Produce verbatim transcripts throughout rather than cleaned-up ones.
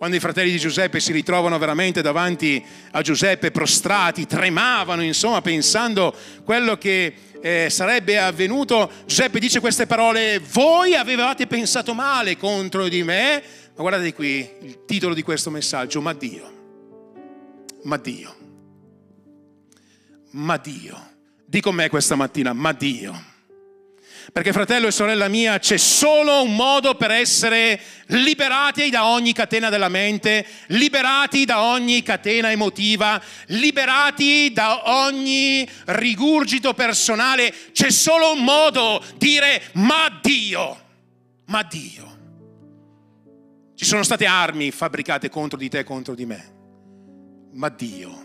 quando i fratelli di Giuseppe si ritrovano veramente davanti a Giuseppe, prostrati, tremavano, insomma, pensando quello che eh, sarebbe avvenuto, Giuseppe dice queste parole: voi avevate pensato male contro di me. Ma guardate qui il titolo di questo messaggio: ma Dio, ma Dio, ma Dio. Di con me questa mattina: ma Dio. Perché, fratello e sorella mia, c'è solo un modo per essere liberati da ogni catena della mente, liberati da ogni catena emotiva, liberati da ogni rigurgito personale. C'è solo un modo: dire ma Dio, ma Dio. Ci sono state armi fabbricate contro di te e contro di me, ma Dio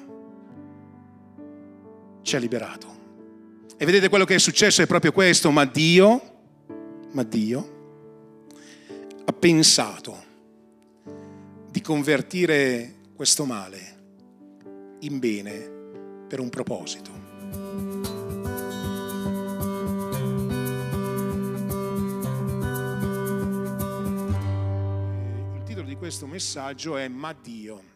ci ha liberato. E vedete, quello che è successo è proprio questo: ma Dio, ma Dio ha pensato di convertire questo male in bene per un proposito. Il titolo di questo messaggio è Ma Dio.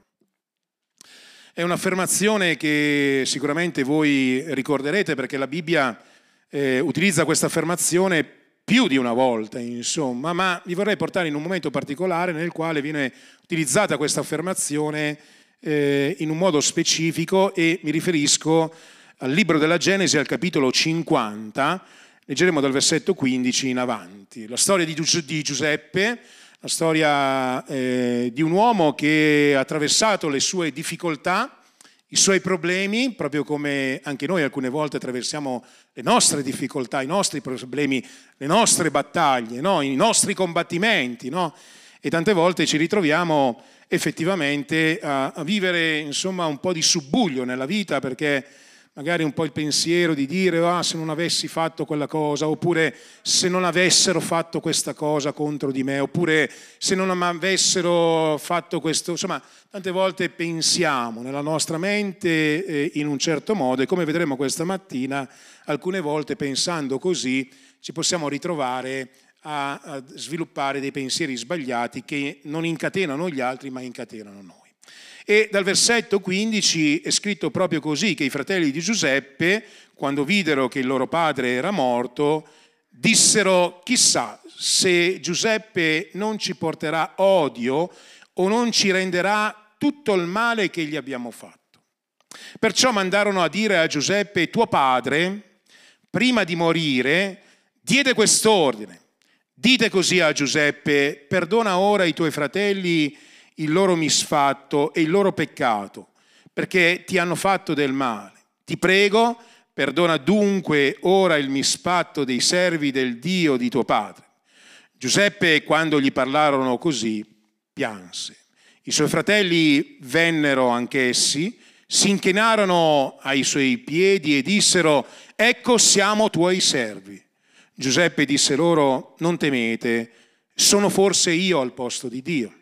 È un'affermazione che sicuramente voi ricorderete, perché la Bibbia eh, utilizza questa affermazione più di una volta, insomma, ma vi vorrei portare in un momento particolare nel quale viene utilizzata questa affermazione eh, in un modo specifico, e mi riferisco al libro della Genesi, al capitolo cinquanta. Leggeremo dal versetto quindici in avanti. La storia di, Gius- di Giuseppe, la storia eh, di un uomo che ha attraversato le sue difficoltà, i suoi problemi, proprio come anche noi alcune volte attraversiamo le nostre difficoltà, i nostri problemi, le nostre battaglie, no? I nostri combattimenti, no? E tante volte ci ritroviamo effettivamente a, a vivere, insomma, un po' di subbuglio nella vita, perché magari un po' il pensiero di dire: ah, se non avessi fatto quella cosa, oppure se non avessero fatto questa cosa contro di me, oppure se non avessero fatto questo. Insomma, tante volte pensiamo nella nostra mente eh, in un certo modo, e come vedremo questa mattina, alcune volte pensando così ci possiamo ritrovare a, a sviluppare dei pensieri sbagliati che non incatenano gli altri ma incatenano noi. E dal versetto quindici è scritto proprio così, che i fratelli di Giuseppe, quando videro che il loro padre era morto, dissero: chissà se Giuseppe non ci porterà odio o non ci renderà tutto il male che gli abbiamo fatto. Perciò mandarono a dire a Giuseppe: tuo padre, prima di morire, diede quest'ordine: dite così a Giuseppe, perdona ora i tuoi fratelli il loro misfatto e il loro peccato, perché ti hanno fatto del male. Ti prego, perdona dunque ora il misfatto dei servi del Dio di tuo padre. Giuseppe, quando gli parlarono così, pianse. I suoi fratelli vennero anch'essi, si inchinarono ai suoi piedi e dissero: ecco, siamo tuoi servi. Giuseppe disse loro: non temete, sono forse io al posto di Dio?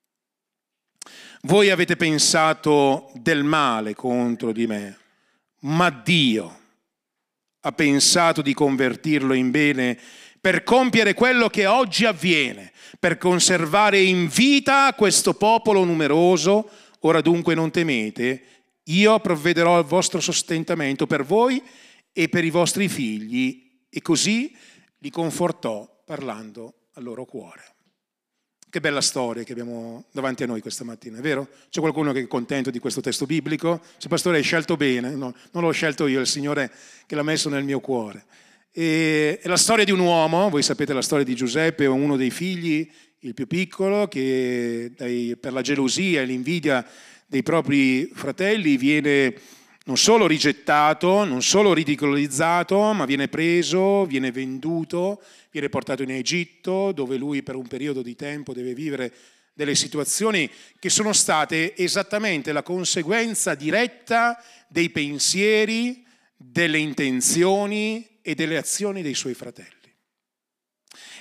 Voi avete pensato del male contro di me, ma Dio ha pensato di convertirlo in bene per compiere quello che oggi avviene, per conservare in vita questo popolo numeroso. Ora dunque non temete, io provvederò al vostro sostentamento per voi e per i vostri figli. E così li confortò parlando al loro cuore. Che bella storia che abbiamo davanti a noi questa mattina, è vero? C'è qualcuno che è contento di questo testo biblico? C'è: pastore, hai scelto bene? No, non l'ho scelto io, è il Signore che l'ha messo nel mio cuore. E, è la storia di un uomo, voi sapete la storia di Giuseppe, uno dei figli, il più piccolo, che dai, per la gelosia e l'invidia dei propri fratelli viene non solo rigettato, non solo ridicolizzato, ma viene preso, viene venduto, viene portato in Egitto, dove lui per un periodo di tempo deve vivere delle situazioni che sono state esattamente la conseguenza diretta dei pensieri, delle intenzioni e delle azioni dei suoi fratelli.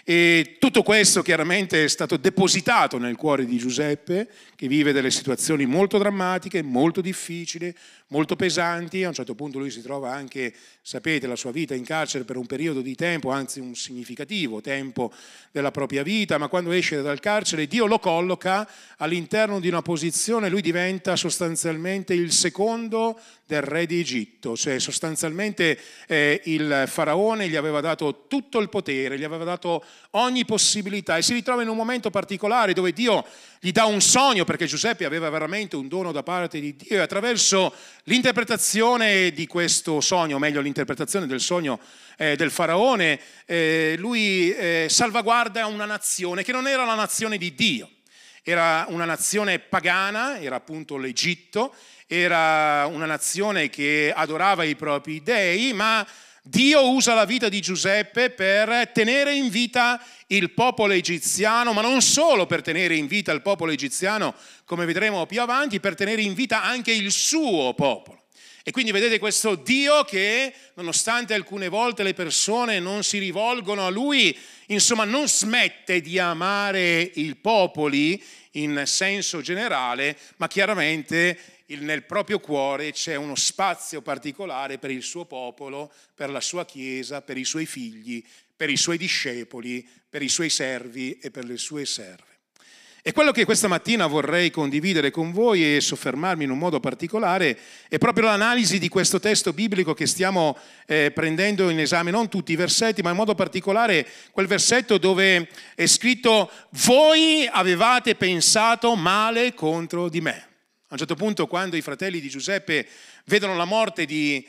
E tutto questo chiaramente è stato depositato nel cuore di Giuseppe, che vive delle situazioni molto drammatiche, molto difficili, molto pesanti. A un certo punto lui si trova anche, sapete, la sua vita in carcere per un periodo di tempo, anzi un significativo tempo della propria vita, ma quando esce dal carcere Dio lo colloca all'interno di una posizione, lui diventa sostanzialmente il secondo del re di Egitto, cioè sostanzialmente eh, il faraone gli aveva dato tutto il potere, gli aveva dato ogni possibilità e si ritrova in un momento particolare dove Dio gli dà un sogno, perché Giuseppe aveva veramente un dono da parte di Dio, e attraverso l'interpretazione di questo sogno, o meglio l'interpretazione del sogno eh, del faraone, eh, lui eh, salvaguarda una nazione che non era la nazione di Dio, era una nazione pagana, era appunto l'Egitto, era una nazione che adorava i propri dei, ma Dio usa la vita di Giuseppe per tenere in vita il popolo egiziano, ma non solo per tenere in vita il popolo egiziano, come vedremo più avanti, per tenere in vita anche il suo popolo. E quindi vedete questo Dio che, nonostante alcune volte le persone non si rivolgono a Lui, insomma non smette di amare i popoli in senso generale, ma chiaramente nel proprio cuore c'è uno spazio particolare per il suo popolo, per la sua chiesa, per i suoi figli, per i suoi discepoli, per i suoi servi e per le sue serve. E quello che questa mattina vorrei condividere con voi e soffermarmi in un modo particolare è proprio l'analisi di questo testo biblico che stiamo eh, prendendo in esame, non tutti i versetti, ma in modo particolare quel versetto dove è scritto: voi avevate pensato male contro di me. A un certo punto, quando i fratelli di Giuseppe vedono la morte di,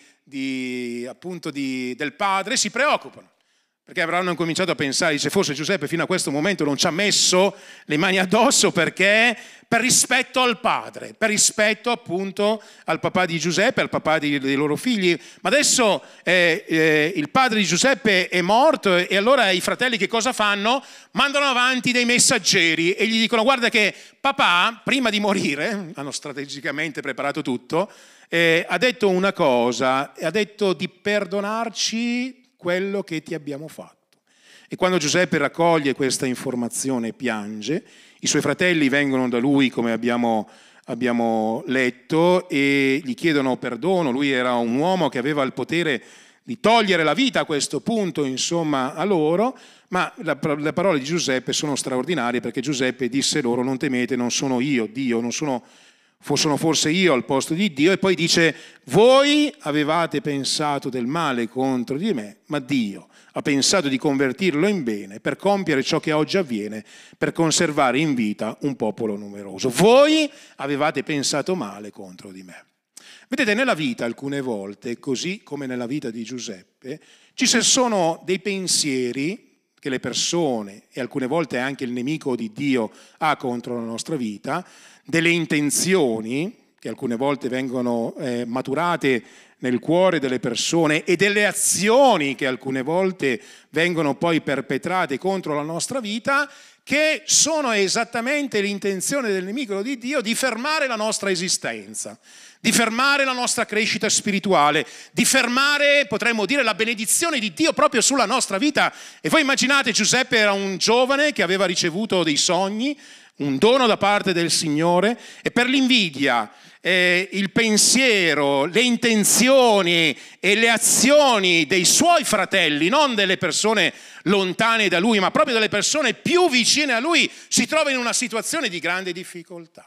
di, appunto di, del padre, si preoccupano, perché avranno incominciato a pensare, se forse Giuseppe fino a questo momento non ci ha messo le mani addosso, perché per rispetto al padre, per rispetto appunto al papà di Giuseppe, al papà di, dei loro figli. Ma adesso eh, eh, il padre di Giuseppe è morto e allora i fratelli che cosa fanno? Mandano avanti dei messaggeri e gli dicono: guarda che papà, prima di morire, hanno strategicamente preparato tutto, eh, ha detto una cosa, ha detto di perdonarci quello che ti abbiamo fatto. E quando Giuseppe raccoglie questa informazione piange, i suoi fratelli vengono da lui, come abbiamo, abbiamo letto, e gli chiedono perdono. Lui era un uomo che aveva il potere di togliere la vita a questo punto, insomma, a loro, ma la, le parole di Giuseppe sono straordinarie, perché Giuseppe disse loro: non temete, non sono io, Dio, non sono sono forse io al posto di Dio. E poi dice: voi avevate pensato del male contro di me, ma Dio ha pensato di convertirlo in bene per compiere ciò che oggi avviene, per conservare in vita un popolo numeroso. Voi avevate pensato male contro di me. Vedete, nella vita alcune volte, così come nella vita di Giuseppe, ci sono dei pensieri che le persone, e alcune volte anche il nemico di Dio, ha contro la nostra vita, delle intenzioni che alcune volte vengono eh, maturate nel cuore delle persone, e delle azioni che alcune volte vengono poi perpetrate contro la nostra vita, che sono esattamente l'intenzione del nemico di Dio di fermare la nostra esistenza, di fermare la nostra crescita spirituale, di fermare, potremmo dire, la benedizione di Dio proprio sulla nostra vita. E voi immaginate, Giuseppe era un giovane che aveva ricevuto dei sogni, un dono da parte del Signore, e per l'invidia, eh, il pensiero, le intenzioni e le azioni dei suoi fratelli, non delle persone lontane da lui, ma proprio delle persone più vicine a lui, si trova in una situazione di grande difficoltà.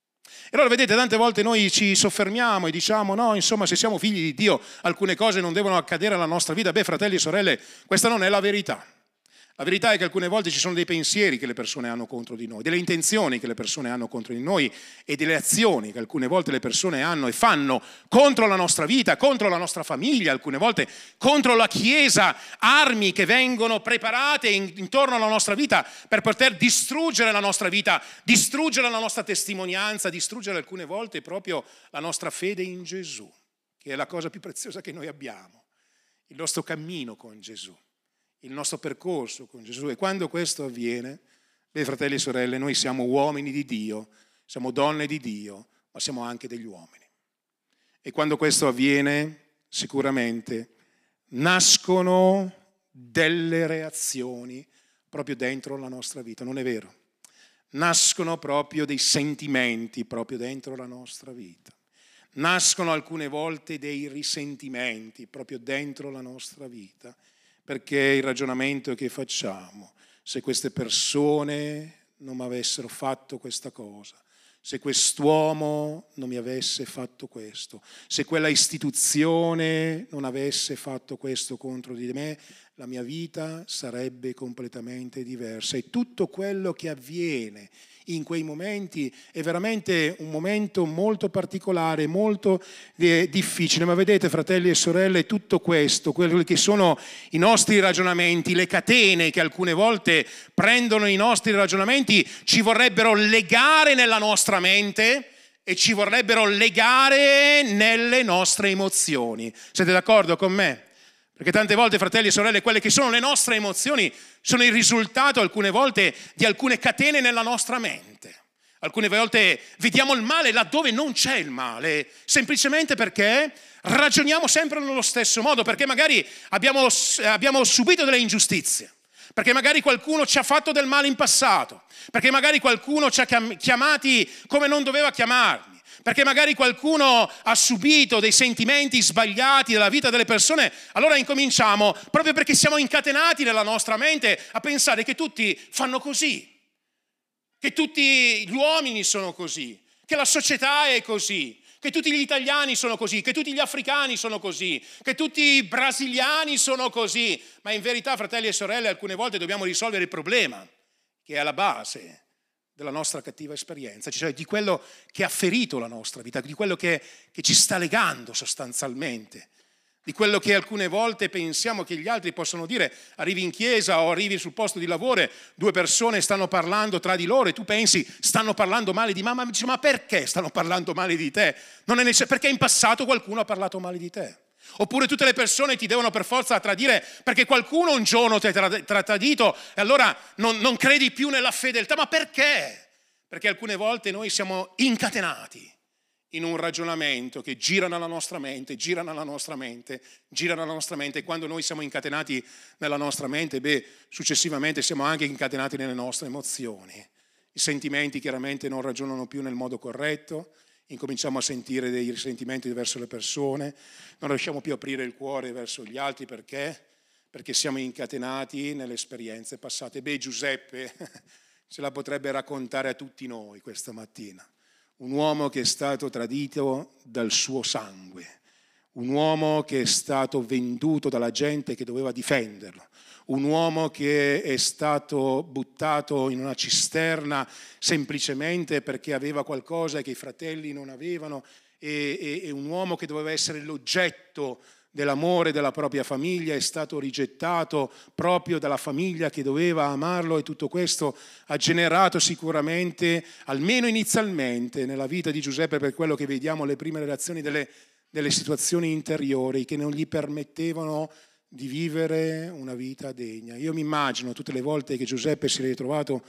E allora vedete, tante volte noi ci soffermiamo e diciamo: no, insomma, se siamo figli di Dio alcune cose non devono accadere alla nostra vita. Beh, fratelli e sorelle, questa non è la verità. La verità è che alcune volte ci sono dei pensieri che le persone hanno contro di noi, delle intenzioni che le persone hanno contro di noi, e delle azioni che alcune volte le persone hanno e fanno contro la nostra vita, contro la nostra famiglia, alcune volte contro la Chiesa, armi che vengono preparate intorno alla nostra vita per poter distruggere la nostra vita, distruggere la nostra testimonianza, distruggere alcune volte proprio la nostra fede in Gesù, che è la cosa più preziosa che noi abbiamo, il nostro cammino con Gesù, il nostro percorso con Gesù. E quando questo avviene, beh, fratelli e sorelle, noi siamo uomini di Dio, siamo donne di Dio, ma siamo anche degli uomini. E quando questo avviene, sicuramente nascono delle reazioni proprio dentro la nostra vita, non è vero? Nascono proprio dei sentimenti proprio dentro la nostra vita. Nascono alcune volte dei risentimenti proprio dentro la nostra vita, perché il ragionamento che facciamo, se queste persone non mi avessero fatto questa cosa, se quest'uomo non mi avesse fatto questo, se quella istituzione non avesse fatto questo contro di me, la mia vita sarebbe completamente diversa. E tutto quello che avviene in quei momenti è veramente un momento molto particolare, molto eh, difficile. Ma vedete, fratelli e sorelle, tutto questo, quelli che sono i nostri ragionamenti, le catene che alcune volte prendono i nostri ragionamenti, ci vorrebbero legare nella nostra mente e ci vorrebbero legare nelle nostre emozioni. Siete d'accordo con me? Perché tante volte, fratelli e sorelle, quelle che sono le nostre emozioni sono il risultato alcune volte di alcune catene nella nostra mente. Alcune volte vediamo il male laddove non c'è il male, semplicemente perché ragioniamo sempre nello stesso modo, perché magari abbiamo, abbiamo subito delle ingiustizie, perché magari qualcuno ci ha fatto del male in passato, perché magari qualcuno ci ha chiamati come non doveva chiamarmi, perché magari qualcuno ha subito dei sentimenti sbagliati della vita delle persone. Allora incominciamo, proprio perché siamo incatenati nella nostra mente, a pensare che tutti fanno così, che tutti gli uomini sono così, che la società è così, che tutti gli italiani sono così, che tutti gli africani sono così, che tutti i brasiliani sono così. Ma in verità, fratelli e sorelle, alcune volte dobbiamo risolvere il problema che è alla base della nostra cattiva esperienza, cioè di quello che ha ferito la nostra vita, di quello che, che ci sta legando sostanzialmente, di quello che alcune volte pensiamo che gli altri possano dire. Arrivi in chiesa o arrivi sul posto di lavoro, due persone stanno parlando tra di loro e tu pensi stanno parlando male di mamma, dici, ma perché stanno parlando male di te? Non è necess- perché in passato qualcuno ha parlato male di te. Oppure tutte le persone ti devono per forza tradire perché qualcuno un giorno ti ha tra- tra- tradito e allora non, non credi più nella fedeltà. Ma perché? Perché alcune volte noi siamo incatenati in un ragionamento che gira nella nostra mente, gira nella nostra mente, gira nella nostra mente, e quando noi siamo incatenati nella nostra mente, beh, successivamente siamo anche incatenati nelle nostre emozioni. I sentimenti chiaramente non ragionano più nel modo corretto, incominciamo a sentire dei risentimenti verso le persone, non riusciamo più a aprire il cuore verso gli altri. Perché? Perché siamo incatenati nelle esperienze passate. Beh, Giuseppe ce la potrebbe raccontare a tutti noi questa mattina. Un uomo che è stato tradito dal suo sangue, un uomo che è stato venduto dalla gente che doveva difenderlo, un uomo che è stato buttato in una cisterna semplicemente perché aveva qualcosa che i fratelli non avevano, e, e, e un uomo che doveva essere l'oggetto dell'amore della propria famiglia, è stato rigettato proprio dalla famiglia che doveva amarlo, e tutto questo ha generato sicuramente, almeno inizialmente, nella vita di Giuseppe, per quello che vediamo, le prime reazioni delle, delle situazioni interiori che non gli permettevano di vivere una vita degna. Io mi immagino tutte le volte che Giuseppe si è ritrovato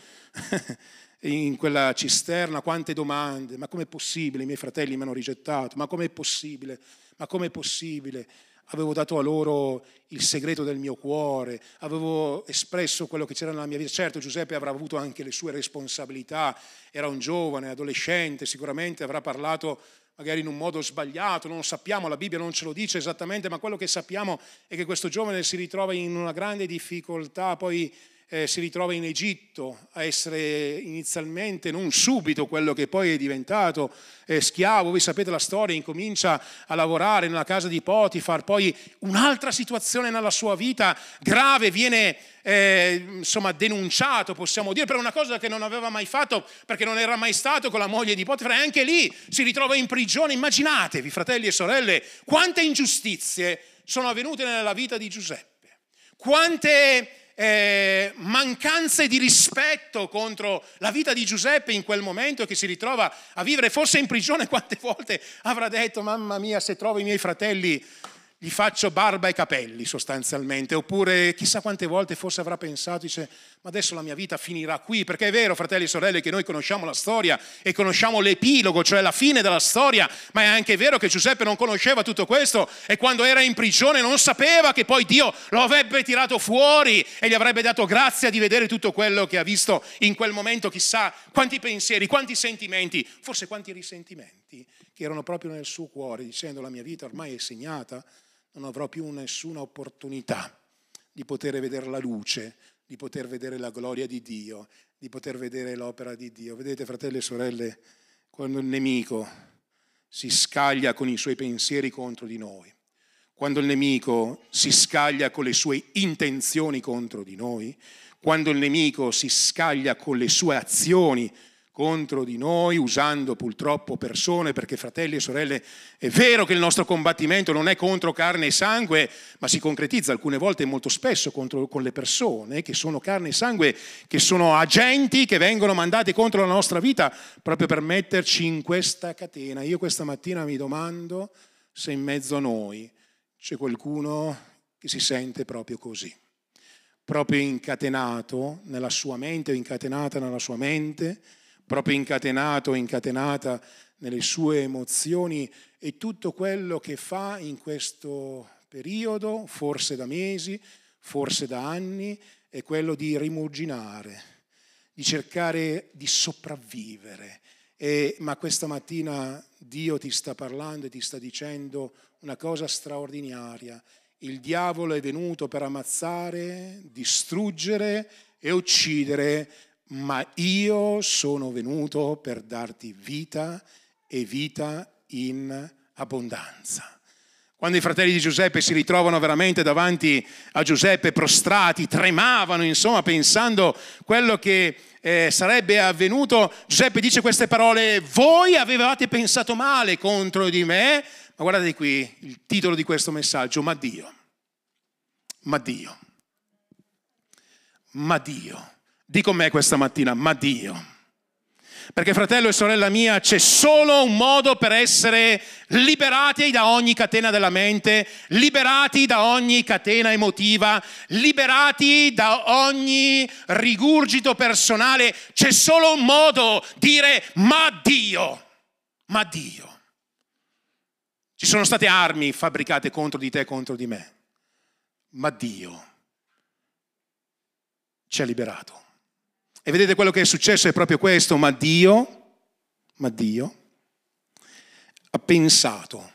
in quella cisterna, quante domande: ma com'è possibile? I miei fratelli mi hanno rigettato, ma com'è possibile? Ma com'è possibile? Avevo dato a loro il segreto del mio cuore, avevo espresso quello che c'era nella mia vita. Certo, Giuseppe avrà avuto anche le sue responsabilità, era un giovane, adolescente, sicuramente avrà parlato magari in un modo sbagliato, non lo sappiamo, la Bibbia non ce lo dice esattamente, ma quello che sappiamo è che questo giovane si ritrova in una grande difficoltà, poi eh, si ritrova in Egitto a essere inizialmente, non subito, quello che poi è diventato eh, schiavo. Voi sapete la storia, incomincia a lavorare nella casa di Potifar, poi un'altra situazione nella sua vita grave, viene eh, insomma denunciato, possiamo dire, per una cosa che non aveva mai fatto, perché non era mai stato con la moglie di Potifar, e anche lì si ritrova in prigione. Immaginatevi, fratelli e sorelle, quante ingiustizie sono avvenute nella vita di Giuseppe, quante Eh, mancanze di rispetto contro la vita di Giuseppe in quel momento, che si ritrova a vivere forse in prigione. Quante volte avrà detto: mamma mia, se trovo i miei fratelli gli faccio barba e capelli sostanzialmente, oppure chissà quante volte forse avrà pensato, dice, ma adesso la mia vita finirà qui, perché è vero, fratelli e sorelle, che noi conosciamo la storia e conosciamo l'epilogo, cioè la fine della storia, ma è anche vero che Giuseppe non conosceva tutto questo e quando era in prigione non sapeva che poi Dio lo avrebbe tirato fuori e gli avrebbe dato grazia di vedere tutto quello che ha visto in quel momento, chissà quanti pensieri, quanti sentimenti, forse quanti risentimenti che erano proprio nel suo cuore, dicendo la mia vita ormai è segnata, non avrò più nessuna opportunità di poter vedere la luce, di poter vedere la gloria di Dio, di poter vedere l'opera di Dio. Vedete, fratelli e sorelle, quando il nemico si scaglia con i suoi pensieri contro di noi, quando il nemico si scaglia con le sue intenzioni contro di noi, quando il nemico si scaglia con le sue azioni contro di noi, usando purtroppo persone, perché fratelli e sorelle, è vero che il nostro combattimento non è contro carne e sangue, ma si concretizza alcune volte e molto spesso contro, con le persone che sono carne e sangue, che sono agenti che vengono mandati contro la nostra vita proprio per metterci in questa catena. Io questa mattina mi domando se in mezzo a noi c'è qualcuno che si sente proprio così, proprio incatenato nella sua mente o incatenata nella sua mente, proprio incatenato, incatenata nelle sue emozioni e tutto quello che fa in questo periodo, forse da mesi, forse da anni, è quello di rimuginare, di cercare di sopravvivere. E, ma questa mattina Dio ti sta parlando e ti sta dicendo una cosa straordinaria. Il diavolo è venuto per ammazzare, distruggere e uccidere, ma io sono venuto per darti vita e vita in abbondanza. Quando i fratelli di Giuseppe si ritrovano veramente davanti a Giuseppe prostrati, tremavano insomma pensando quello che eh, sarebbe avvenuto, Giuseppe dice queste parole: voi avevate pensato male contro di me, ma guardate qui il titolo di questo messaggio: ma Dio, ma Dio, ma Dio. Di con me questa mattina, ma Dio. Perché fratello e sorella mia, c'è solo un modo per essere liberati da ogni catena della mente, liberati da ogni catena emotiva, liberati da ogni rigurgito personale. C'è solo un modo: dire ma Dio, ma Dio. Ci sono state armi fabbricate contro di te e contro di me, ma Dio ci ha liberato. E vedete, quello che è successo è proprio questo: ma Dio, ma Dio ha pensato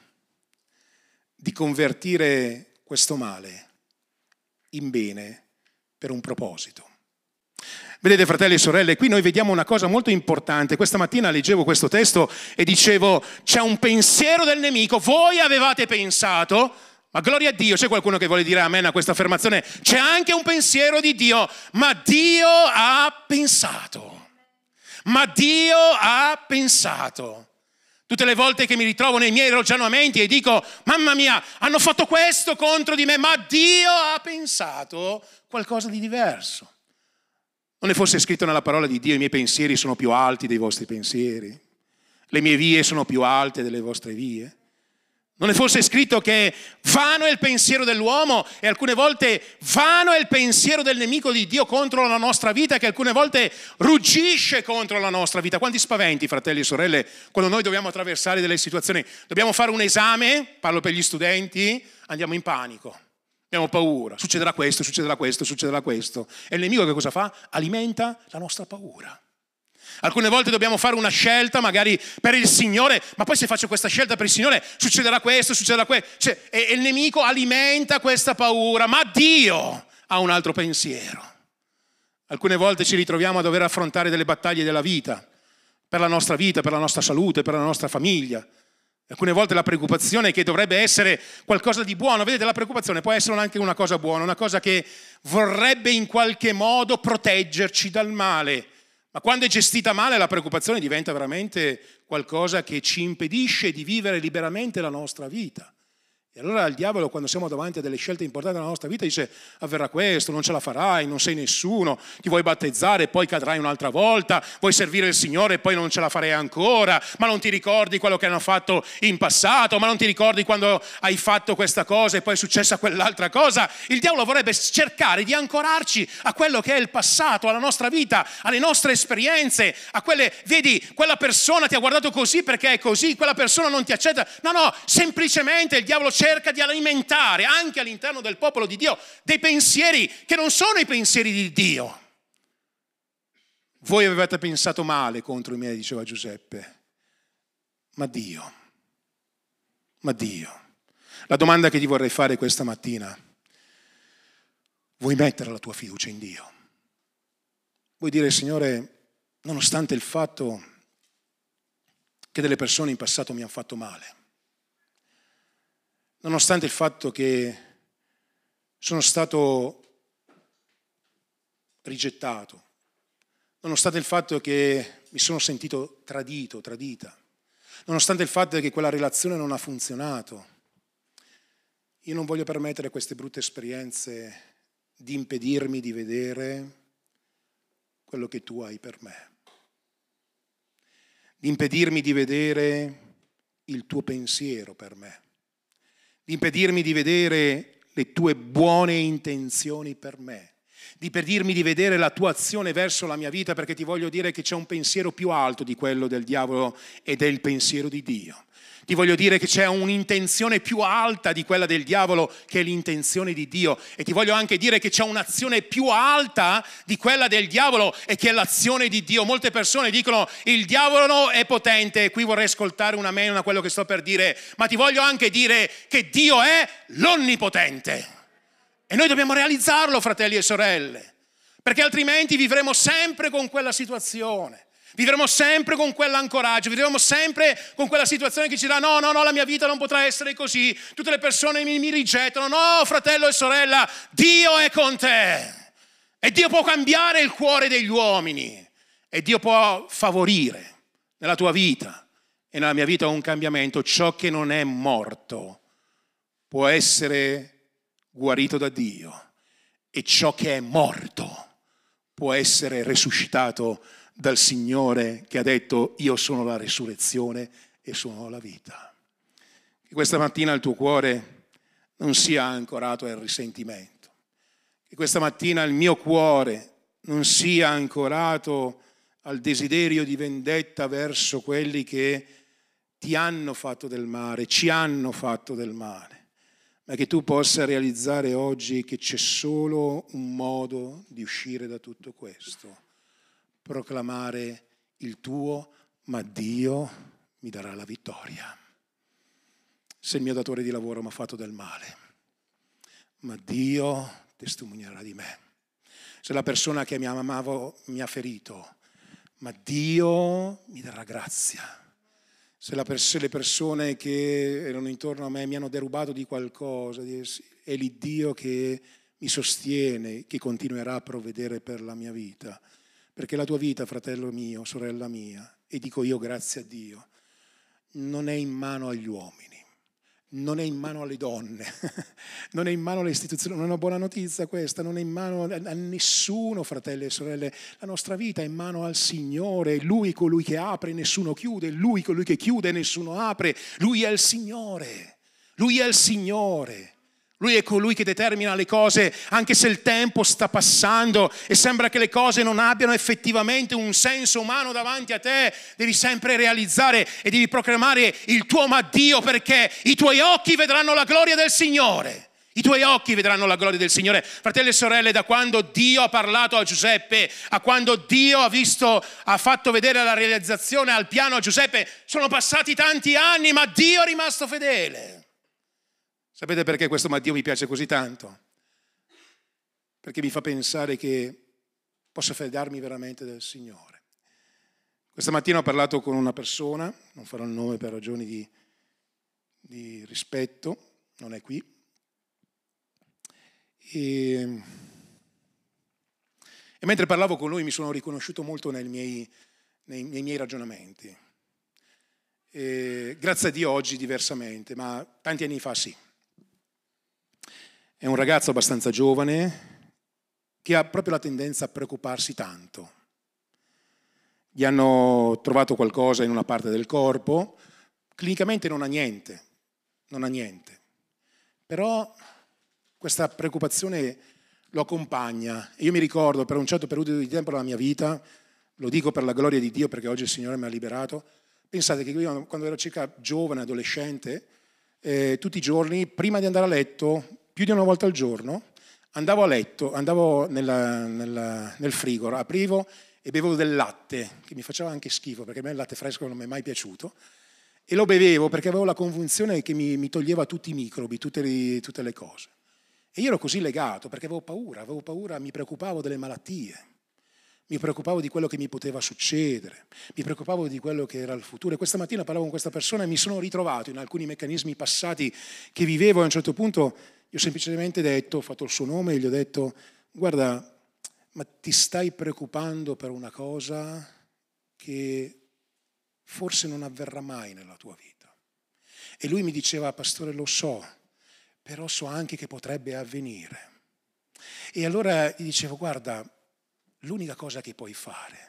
di convertire questo male in bene per un proposito. Vedete, fratelli e sorelle, qui noi vediamo una cosa molto importante. Questa mattina leggevo questo testo e dicevo: c'è un pensiero del nemico, voi avevate pensato. Ma gloria a Dio, c'è qualcuno che vuole dire amen a questa affermazione? C'è anche un pensiero di Dio, ma Dio ha pensato, ma Dio ha pensato. Tutte le volte che mi ritrovo nei miei ragionamenti e dico: mamma mia, hanno fatto questo contro di me, ma Dio ha pensato qualcosa di diverso. Non è forse scritto nella parola di Dio: i miei pensieri sono più alti dei vostri pensieri, le mie vie sono più alte delle vostre vie? Non è forse scritto che vano è il pensiero dell'uomo e alcune volte vano è il pensiero del nemico di Dio contro la nostra vita, che alcune volte ruggisce contro la nostra vita? Quanti spaventi, fratelli e sorelle, quando noi dobbiamo attraversare delle situazioni, dobbiamo fare un esame, parlo per gli studenti, andiamo in panico, abbiamo paura, succederà questo, succederà questo, succederà questo. E il nemico che cosa fa? Alimenta la nostra paura. Alcune volte dobbiamo fare una scelta magari per il Signore, ma poi se faccio questa scelta per il Signore succederà questo, succederà questo, cioè, e, e il nemico alimenta questa paura, ma Dio ha un altro pensiero. Alcune volte ci ritroviamo a dover affrontare delle battaglie della vita, per la nostra vita, per la nostra salute, per la nostra famiglia. Alcune volte la preoccupazione, che dovrebbe essere qualcosa di buono, vedete, la preoccupazione può essere anche una cosa buona, una cosa che vorrebbe in qualche modo proteggerci dal male. Ma quando è gestita male, la preoccupazione diventa veramente qualcosa che ci impedisce di vivere liberamente la nostra vita. E allora il diavolo, quando siamo davanti a delle scelte importanti nella nostra vita, dice: avverrà questo, non ce la farai, non sei nessuno, ti vuoi battezzare e poi cadrai un'altra volta, vuoi servire il Signore e poi non ce la farei ancora, ma non ti ricordi quello che hanno fatto in passato, ma non ti ricordi quando hai fatto questa cosa e poi è successa quell'altra cosa. Il diavolo vorrebbe cercare di ancorarci a quello che è il passato, alla nostra vita, alle nostre esperienze, a quelle, vedi, quella persona ti ha guardato così perché è così, quella persona non ti accetta. No, no, semplicemente il diavolo cerca di alimentare anche all'interno del popolo di Dio dei pensieri che non sono i pensieri di Dio. Voi avevate pensato male contro di me, diceva Giuseppe, ma Dio, ma Dio. La domanda che ti vorrei fare questa mattina: vuoi mettere la tua fiducia in Dio? Vuoi dire: Signore, nonostante il fatto che delle persone in passato mi hanno fatto male, nonostante il fatto che sono stato rigettato, nonostante il fatto che mi sono sentito tradito, tradita, nonostante il fatto che quella relazione non ha funzionato, io non voglio permettere a queste brutte esperienze di impedirmi di vedere quello che tu hai per me, di impedirmi di vedere il tuo pensiero per me, di impedirmi di vedere le tue buone intenzioni per me, di impedirmi di vedere la tua azione verso la mia vita, perché ti voglio dire che c'è un pensiero più alto di quello del diavolo ed è il pensiero di Dio. Ti voglio dire che c'è un'intenzione più alta di quella del diavolo, che è l'intenzione di Dio. E ti voglio anche dire che c'è un'azione più alta di quella del diavolo, e che è l'azione di Dio. Molte persone dicono: il diavolo è potente, e qui vorrei ascoltare un amen a quello che sto per dire, ma ti voglio anche dire che Dio è l'onnipotente. E noi dobbiamo realizzarlo, fratelli e sorelle, perché altrimenti vivremo sempre con quella situazione. Vivremo sempre con quell'ancoraggio, vivremo sempre con quella situazione che ci dirà: no, no, no, la mia vita non potrà essere così, tutte le persone mi, mi rigettano. No, fratello e sorella, Dio è con te e Dio può cambiare il cuore degli uomini e Dio può favorire nella tua vita e nella mia vita un cambiamento. Ciò che non è morto può essere guarito da Dio, e ciò che è morto può essere resuscitato dal Signore, che ha detto: io sono la resurrezione e sono la vita. Che questa mattina il tuo cuore non sia ancorato al risentimento, che questa mattina il mio cuore non sia ancorato al desiderio di vendetta verso quelli che ti hanno fatto del male, ci hanno fatto del male, ma che tu possa realizzare oggi che c'è solo un modo di uscire da tutto questo: proclamare il tuo "ma Dio mi darà la vittoria". Se il mio datore di lavoro mi ha fatto del male, ma Dio testimonierà di me. Se la persona che mi amavo mi ha ferito, ma Dio mi darà grazia. Se, la pers- se le persone che erano intorno a me mi hanno derubato di qualcosa, è l'Iddio che mi sostiene, che continuerà a provvedere per la mia vita. Perché la tua vita, fratello mio, sorella mia, e dico io grazie a Dio, non è in mano agli uomini, non è in mano alle donne, non è in mano alle istituzioni. Non è una buona notizia questa, non è in mano a nessuno, fratelli e sorelle. La nostra vita è in mano al Signore. Lui è colui che apre e nessuno chiude, Lui è colui che chiude e nessuno apre. Lui è il Signore, Lui è il Signore. Lui è colui che determina le cose, anche se il tempo sta passando e sembra che le cose non abbiano effettivamente un senso umano davanti a te. Devi sempre realizzare e devi proclamare il tuo "ma Dio", perché i tuoi occhi vedranno la gloria del Signore. I tuoi occhi vedranno la gloria del Signore. Fratelli e sorelle, da quando Dio ha parlato a Giuseppe, a quando Dio ha visto, ha fatto vedere la realizzazione al piano a Giuseppe, sono passati tanti anni, ma Dio è rimasto fedele. Sapete perché questo "ma Dio" mi piace così tanto? Perché mi fa pensare che posso fidarmi veramente del Signore. Questa mattina ho parlato con una persona, non farò il nome per ragioni di, di rispetto, non è qui, e, e mentre parlavo con lui mi sono riconosciuto molto nei miei, nei, nei miei ragionamenti. E, grazie a Dio oggi diversamente, ma tanti anni fa sì. È un ragazzo abbastanza giovane che ha proprio la tendenza a preoccuparsi tanto. Gli hanno trovato qualcosa in una parte del corpo, clinicamente non ha niente, non ha niente. Però questa preoccupazione lo accompagna. Io mi ricordo per un certo periodo di tempo della mia vita, lo dico per la gloria di Dio perché oggi il Signore mi ha liberato, pensate che io quando ero circa giovane, adolescente, eh, tutti i giorni, prima di andare a letto, più di una volta al giorno, andavo a letto, andavo nella, nella, nel frigo, aprivo e bevevo del latte, che mi faceva anche schifo perché a me il latte fresco non mi è mai piaciuto, e lo bevevo perché avevo la convinzione che mi, mi toglieva tutti i microbi, tutte le, tutte le cose. E io ero così legato perché avevo paura, avevo paura, mi preoccupavo delle malattie, mi preoccupavo di quello che mi poteva succedere, mi preoccupavo di quello che era il futuro. E questa mattina parlavo con questa persona e mi sono ritrovato in alcuni meccanismi passati che vivevo. E a un certo punto io ho semplicemente detto, ho fatto il suo nome e gli ho detto: guarda, ma ti stai preoccupando per una cosa che forse non avverrà mai nella tua vita. E lui mi diceva: pastore, lo so, però so anche che potrebbe avvenire. E allora gli dicevo: guarda, l'unica cosa che puoi fare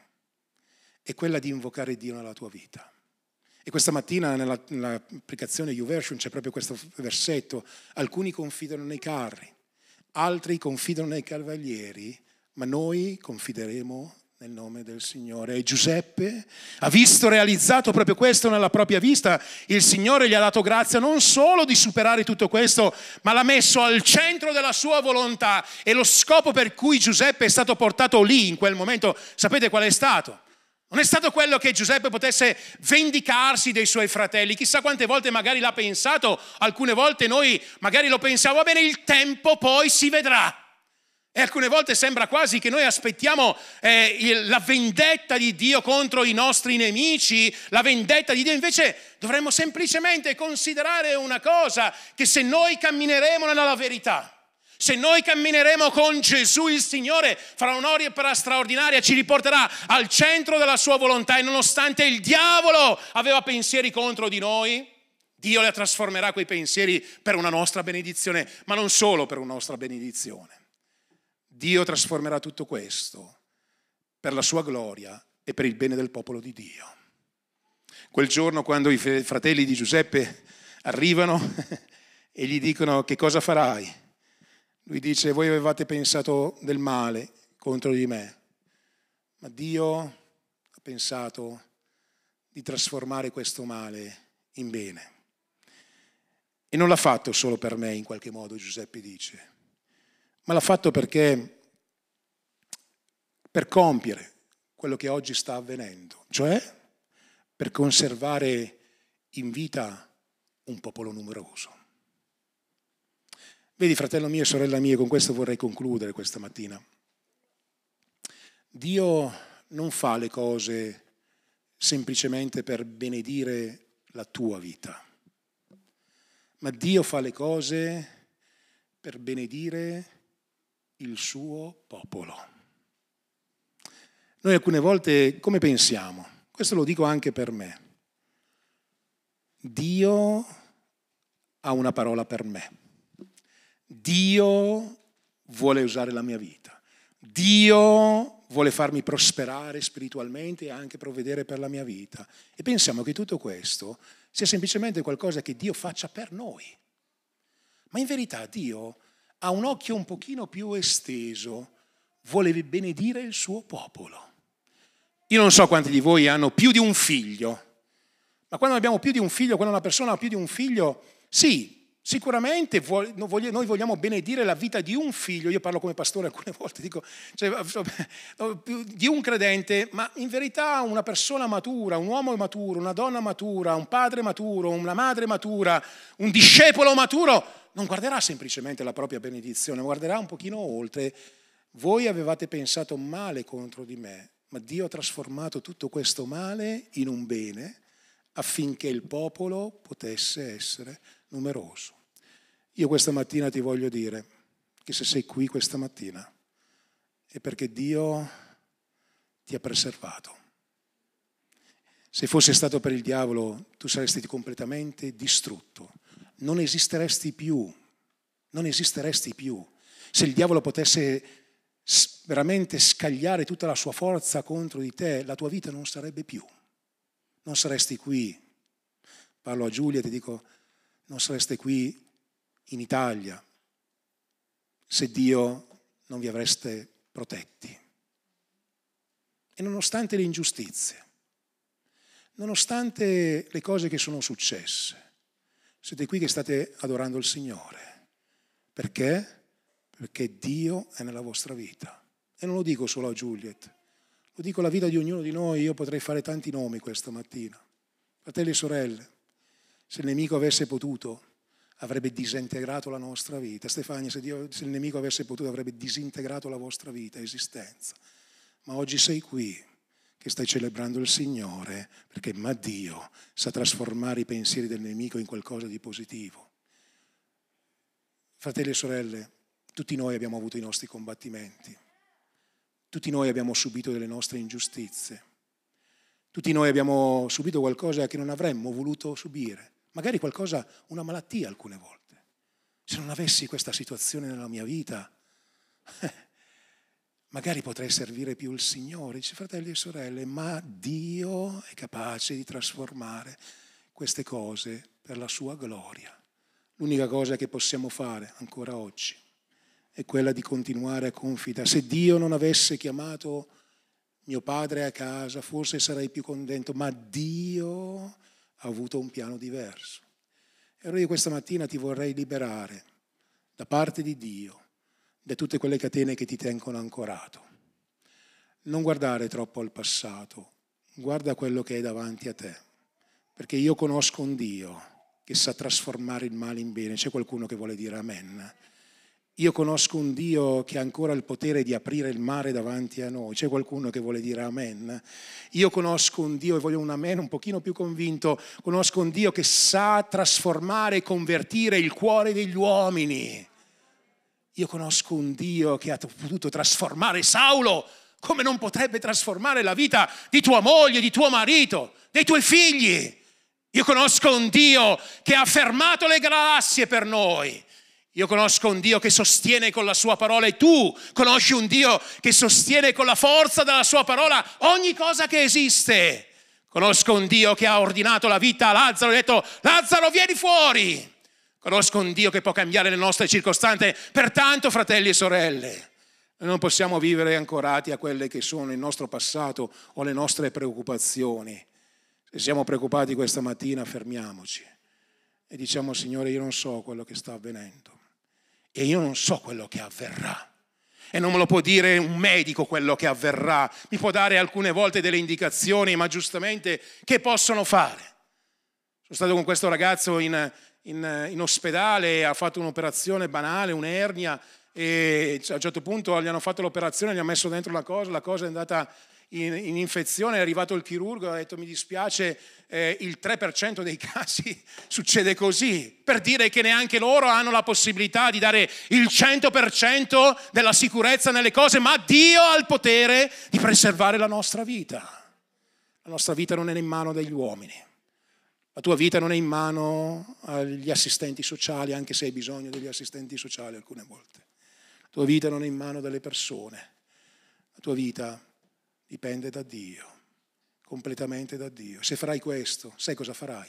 è quella di invocare Dio nella tua vita. E questa mattina nella, nell'applicazione YouVersion c'è proprio questo versetto: alcuni confidano nei carri, altri confidano nei cavalieri, ma noi confideremo nel nome del Signore. E Giuseppe ha visto realizzato proprio questo nella propria vita. Il Signore gli ha dato grazia non solo di superare tutto questo, ma l'ha messo al centro della sua volontà. E lo scopo per cui Giuseppe è stato portato lì in quel momento, sapete qual è stato? Non è stato quello che Giuseppe potesse vendicarsi dei suoi fratelli. Chissà quante volte magari l'ha pensato, alcune volte noi magari lo pensiamo: va bene, il tempo poi si vedrà. E alcune volte sembra quasi che noi aspettiamo eh, il, la vendetta di Dio contro i nostri nemici, la vendetta di Dio. Invece dovremmo semplicemente considerare una cosa, che se noi cammineremo nella verità, se noi cammineremo con Gesù, il Signore farà un'opera straordinaria, ci riporterà al centro della sua volontà. E nonostante il diavolo aveva pensieri contro di noi, Dio le trasformerà quei pensieri per una nostra benedizione, ma non solo per una nostra benedizione. Dio trasformerà tutto questo per la sua gloria e per il bene del popolo di Dio. Quel giorno, quando i fratelli di Giuseppe arrivano e gli dicono: che cosa farai? Lui dice: voi avevate pensato del male contro di me, ma Dio ha pensato di trasformare questo male in bene. E non l'ha fatto solo per me, in qualche modo, Giuseppe dice, ma l'ha fatto perché per compiere quello che oggi sta avvenendo, cioè per conservare in vita un popolo numeroso. Vedi, fratello mio e sorella mia, con questo vorrei concludere questa mattina. Dio non fa le cose semplicemente per benedire la tua vita, ma Dio fa le cose per benedire il suo popolo. Noi alcune volte come pensiamo? Questo lo dico anche per me. Dio ha una parola per me. Dio vuole usare la mia vita. Dio vuole farmi prosperare spiritualmente e anche provvedere per la mia vita. E pensiamo che tutto questo sia semplicemente qualcosa che Dio faccia per noi. Ma in verità Dio ha un occhio un pochino più esteso, vuole benedire il suo popolo. Io non so quanti di voi hanno più di un figlio, ma quando abbiamo più di un figlio, quando una persona ha più di un figlio, sì, sicuramente noi vogliamo benedire la vita di un figlio. Io parlo come pastore alcune volte, dico, cioè, di un credente, ma in verità una persona matura, un uomo maturo, una donna matura, un padre maturo, una madre matura, un discepolo maturo, non guarderà semplicemente la propria benedizione, guarderà un pochino oltre. Voi avevate pensato male contro di me, ma Dio ha trasformato tutto questo male in un bene affinché il popolo potesse essere numeroso. Io questa mattina ti voglio dire che se sei qui questa mattina è perché Dio ti ha preservato. Se fosse stato per il diavolo, tu saresti completamente distrutto. Non esisteresti più, non esisteresti più. Se il diavolo potesse veramente scagliare tutta la sua forza contro di te, la tua vita non sarebbe più. Non saresti qui. Parlo a Giulia e ti dico, non sareste qui in Italia se Dio non vi avreste protetti. E nonostante le ingiustizie, nonostante le cose che sono successe, siete qui che state adorando il Signore. Perché? Perché Dio è nella vostra vita. E non lo dico solo a Juliet, lo dico alla vita di ognuno di noi. Io potrei fare tanti nomi questa mattina. Fratelli e sorelle, se il nemico avesse potuto, avrebbe disintegrato la nostra vita. Stefania, se, Dio, se il nemico avesse potuto, avrebbe disintegrato la vostra vita, esistenza. Ma oggi sei qui, che stai celebrando il Signore, perché ma Dio sa trasformare i pensieri del nemico in qualcosa di positivo. Fratelli e sorelle, tutti noi abbiamo avuto i nostri combattimenti. Tutti noi abbiamo subito delle nostre ingiustizie. Tutti noi abbiamo subito qualcosa che non avremmo voluto subire. Magari qualcosa, una malattia alcune volte. Se non avessi questa situazione nella mia vita, eh, magari potrei servire più il Signore. Dice, fratelli e sorelle, ma Dio è capace di trasformare queste cose per la sua gloria. L'unica cosa che possiamo fare ancora oggi è quella di continuare a confidare. Se Dio non avesse chiamato mio padre a casa, forse sarei più contento, ma Dio ha avuto un piano diverso. E allora io questa mattina ti vorrei liberare da parte di Dio da tutte quelle catene che ti tengono ancorato. Non guardare troppo al passato, guarda quello che è davanti a te, perché io conosco un Dio che sa trasformare il male in bene. C'è qualcuno che vuole dire amen? Io conosco un Dio che ha ancora il potere di aprire il mare davanti a noi. C'è qualcuno che vuole dire amen? Io conosco un Dio, e voglio un amen un pochino più convinto, conosco un Dio che sa trasformare e convertire il cuore degli uomini. Io conosco un Dio che ha potuto trasformare Saulo come non potrebbe trasformare la vita di tua moglie, di tuo marito, dei tuoi figli. Io conosco un Dio che ha fermato le galassie per noi. Io conosco un Dio che sostiene con la sua parola, e tu conosci un Dio che sostiene con la forza della sua parola ogni cosa che esiste. Conosco un Dio che ha ordinato la vita a Lazzaro e ha detto: Lazzaro, vieni fuori. Conosco un Dio che può cambiare le nostre circostanze. Pertanto, fratelli e sorelle, noi non possiamo vivere ancorati a quelle che sono il nostro passato o le nostre preoccupazioni. Se siamo preoccupati questa mattina, fermiamoci e diciamo: Signore, io non so quello che sta avvenendo. E io non so quello che avverrà. E non me lo può dire un medico quello che avverrà. Mi può dare alcune volte delle indicazioni, ma giustamente che possono fare? Sono stato con questo ragazzo in, in, in ospedale, ha fatto un'operazione banale, un'ernia, e a un certo punto gli hanno fatto l'operazione, gli hanno messo dentro la cosa, la cosa è andata in, in infezione, è arrivato il chirurgo, ha detto: mi dispiace, eh, il tre per cento dei casi succede così, per dire che neanche loro hanno la possibilità di dare il cento per cento della sicurezza nelle cose, ma Dio ha il potere di preservare la nostra vita. La nostra vita non è in mano degli uomini, la tua vita non è in mano agli assistenti sociali, anche se hai bisogno degli assistenti sociali alcune volte. La tua vita non è in mano delle persone, la tua vita dipende da Dio, completamente da Dio. Se farai questo, sai cosa farai?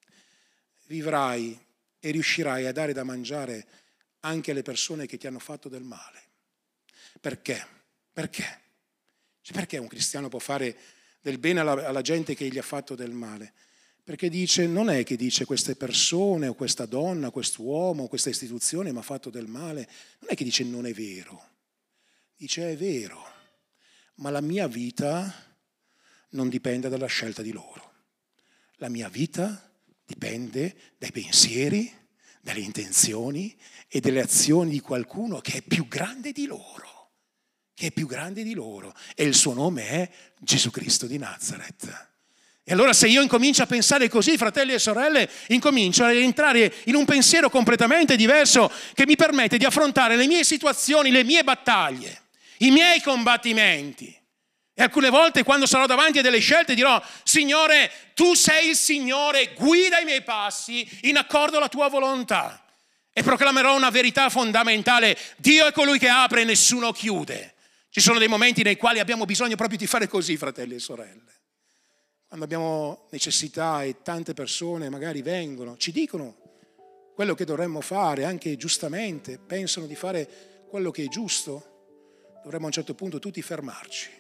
Vivrai e riuscirai a dare da mangiare anche alle persone che ti hanno fatto del male. Perché? Perché? Cioè, perché un cristiano può fare del bene alla, alla gente che gli ha fatto del male? Perché dice, non è che dice queste persone o questa donna, quest'uomo, questa istituzione mi ha fatto del male, non è che dice non è vero, dice è vero, ma la mia vita non dipende dalla scelta di loro. La mia vita dipende dai pensieri, dalle intenzioni e delle azioni di qualcuno che è più grande di loro, che è più grande di loro, e il suo nome è Gesù Cristo di Nazareth. E allora se io incomincio a pensare così, fratelli e sorelle, incomincio a entrare in un pensiero completamente diverso che mi permette di affrontare le mie situazioni, le mie battaglie, i miei combattimenti. E alcune volte quando sarò davanti a delle scelte dirò: Signore, tu sei il Signore, guida i miei passi in accordo alla tua volontà. E proclamerò una verità fondamentale: Dio è colui che apre e nessuno chiude. Ci sono dei momenti nei quali abbiamo bisogno proprio di fare così, fratelli e sorelle. Quando abbiamo necessità e tante persone magari vengono, ci dicono quello che dovremmo fare, anche giustamente, pensano di fare quello che è giusto, dovremmo a un certo punto tutti fermarci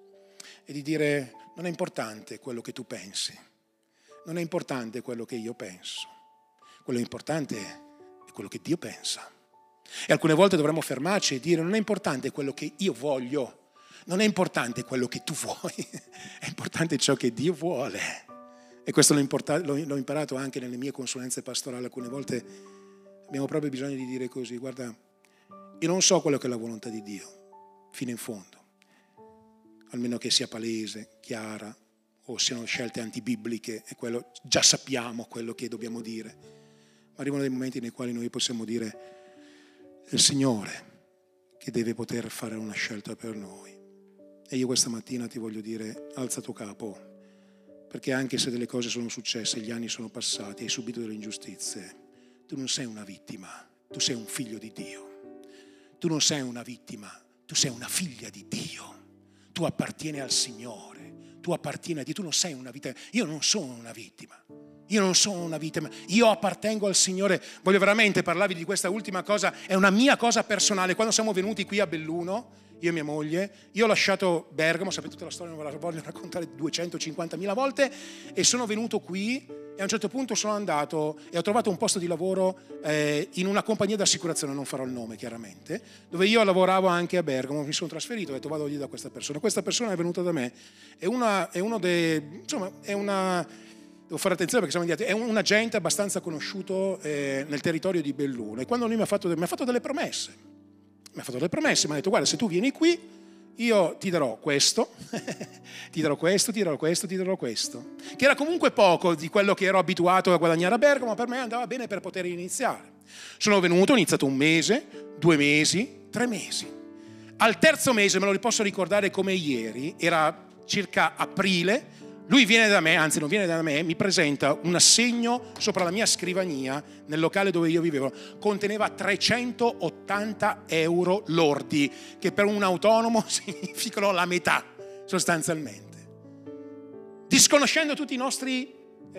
e di dire: non è importante quello che tu pensi, non è importante quello che io penso, quello importante è quello che Dio pensa. E alcune volte dovremmo fermarci e dire: non è importante quello che io voglio, non è importante quello che tu vuoi, è importante ciò che Dio vuole. E questo l'ho, importato, l'ho imparato anche nelle mie consulenze pastorali. Alcune volte abbiamo proprio bisogno di dire così: guarda, io non so quello che è la volontà di Dio fino in fondo, almeno che sia palese, chiara, o siano scelte antibibliche, e quello già sappiamo quello che dobbiamo dire. Ma arrivano dei momenti nei quali noi possiamo dire: è il Signore che deve poter fare una scelta per noi. E io questa mattina ti voglio dire: alza tuo capo, perché anche se delle cose sono successe, gli anni sono passati, hai subito delle ingiustizie, tu non sei una vittima, tu sei un figlio di Dio. Tu non sei una vittima, tu sei una figlia di Dio. Tu appartieni al Signore, tu appartieni a Dio, tu non sei una vittima. Io non sono una vittima. Io non sono una vittima, io appartengo al Signore. Voglio veramente parlarvi di questa ultima cosa, è una mia cosa personale. Quando siamo venuti qui a Belluno, io e mia moglie, io ho lasciato Bergamo, sapete tutta la storia, non ve la voglio raccontare duecentocinquantamila volte, e sono venuto qui e a un certo punto sono andato e ho trovato un posto di lavoro eh, in una compagnia d'assicurazione, non farò il nome chiaramente, dove io lavoravo anche a Bergamo. Mi sono trasferito e ho detto: vado lì da questa persona. Questa persona è venuta da me, è una, è uno dei, insomma, è una... Devo fare attenzione perché siamo andati, è un agente abbastanza conosciuto eh, nel territorio di Belluno, e quando lui mi ha fatto, mi ha fatto delle promesse, mi ha fatto delle promesse, mi ha detto: guarda, se tu vieni qui io ti darò questo, ti darò questo, ti darò questo, ti darò questo, che era comunque poco di quello che ero abituato a guadagnare a Bergamo, ma per me andava bene per poter iniziare. Sono venuto, ho iniziato un mese, due mesi, tre mesi. Al terzo mese, me lo posso ricordare come ieri, era circa aprile. Lui viene da me, anzi non viene da me, mi presenta un assegno sopra la mia scrivania nel locale dove io vivevo. Conteneva trecentottanta euro lordi, che per un autonomo significano la metà, sostanzialmente. Disconoscendo tutti i nostri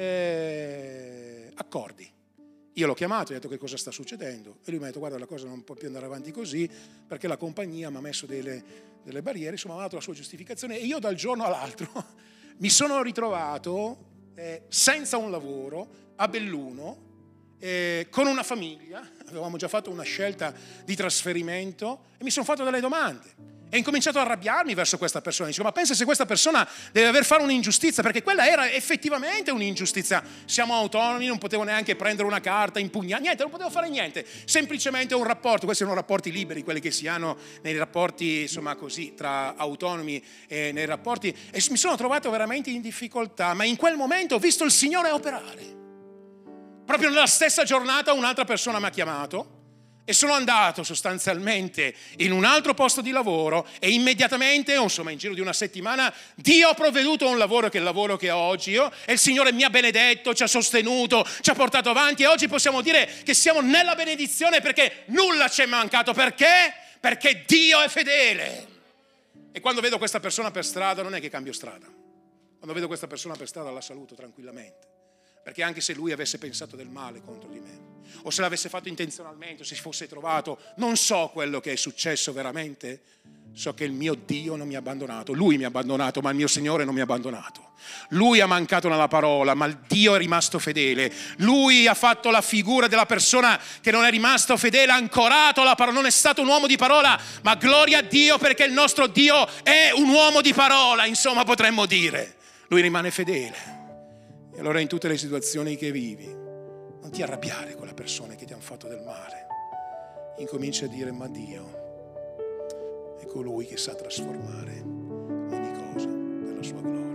eh, accordi. Io l'ho chiamato, gli ho detto: che cosa sta succedendo? E lui mi ha detto: guarda, la cosa non può più andare avanti così, perché la compagnia mi ha messo delle, delle barriere. Insomma, mi ha dato la sua giustificazione, e io dal giorno all'altro mi sono ritrovato eh, senza un lavoro a Belluno, eh, con una famiglia. Avevamo già fatto una scelta di trasferimento e mi sono fatto delle domande. E ho incominciato a arrabbiarmi verso questa persona. Dicevo: ma pensa se questa persona deve aver fatto un'ingiustizia, perché quella era effettivamente un'ingiustizia. Siamo autonomi, non potevo neanche prendere una carta, impugnare, niente, non potevo fare niente. Semplicemente un rapporto, questi sono rapporti liberi, quelli che si hanno nei rapporti, insomma così, tra autonomi e nei rapporti. E mi sono trovato veramente in difficoltà, ma in quel momento ho visto il Signore operare. Proprio nella stessa giornata un'altra persona mi ha chiamato. E sono andato sostanzialmente in un altro posto di lavoro, e immediatamente, insomma in giro di una settimana, Dio ha provveduto a un lavoro che è il lavoro che ho oggi io, e il Signore mi ha benedetto, ci ha sostenuto, ci ha portato avanti, e oggi possiamo dire che siamo nella benedizione perché nulla ci è mancato. Perché? Perché Dio è fedele. E quando vedo questa persona per strada non è che cambio strada. Quando vedo questa persona per strada la saluto tranquillamente. Perché anche se lui avesse pensato del male contro di me, o se l'avesse fatto intenzionalmente, o se si fosse trovato, non so quello che è successo veramente, so che il mio Dio non mi ha abbandonato. Lui mi ha abbandonato, ma il mio Signore non mi ha abbandonato. Lui ha mancato nella parola, ma il Dio è rimasto fedele. Lui ha fatto la figura della persona che non è rimasto fedele, ha ancorato la parola, non è stato un uomo di parola, ma gloria a Dio perché il nostro Dio è un uomo di parola, insomma potremmo dire. Lui rimane fedele. E allora in tutte le situazioni che vivi, non ti arrabbiare con le persone che ti hanno fatto del male. Incomincia a dire: ma Dio è colui che sa trasformare ogni cosa per la sua gloria.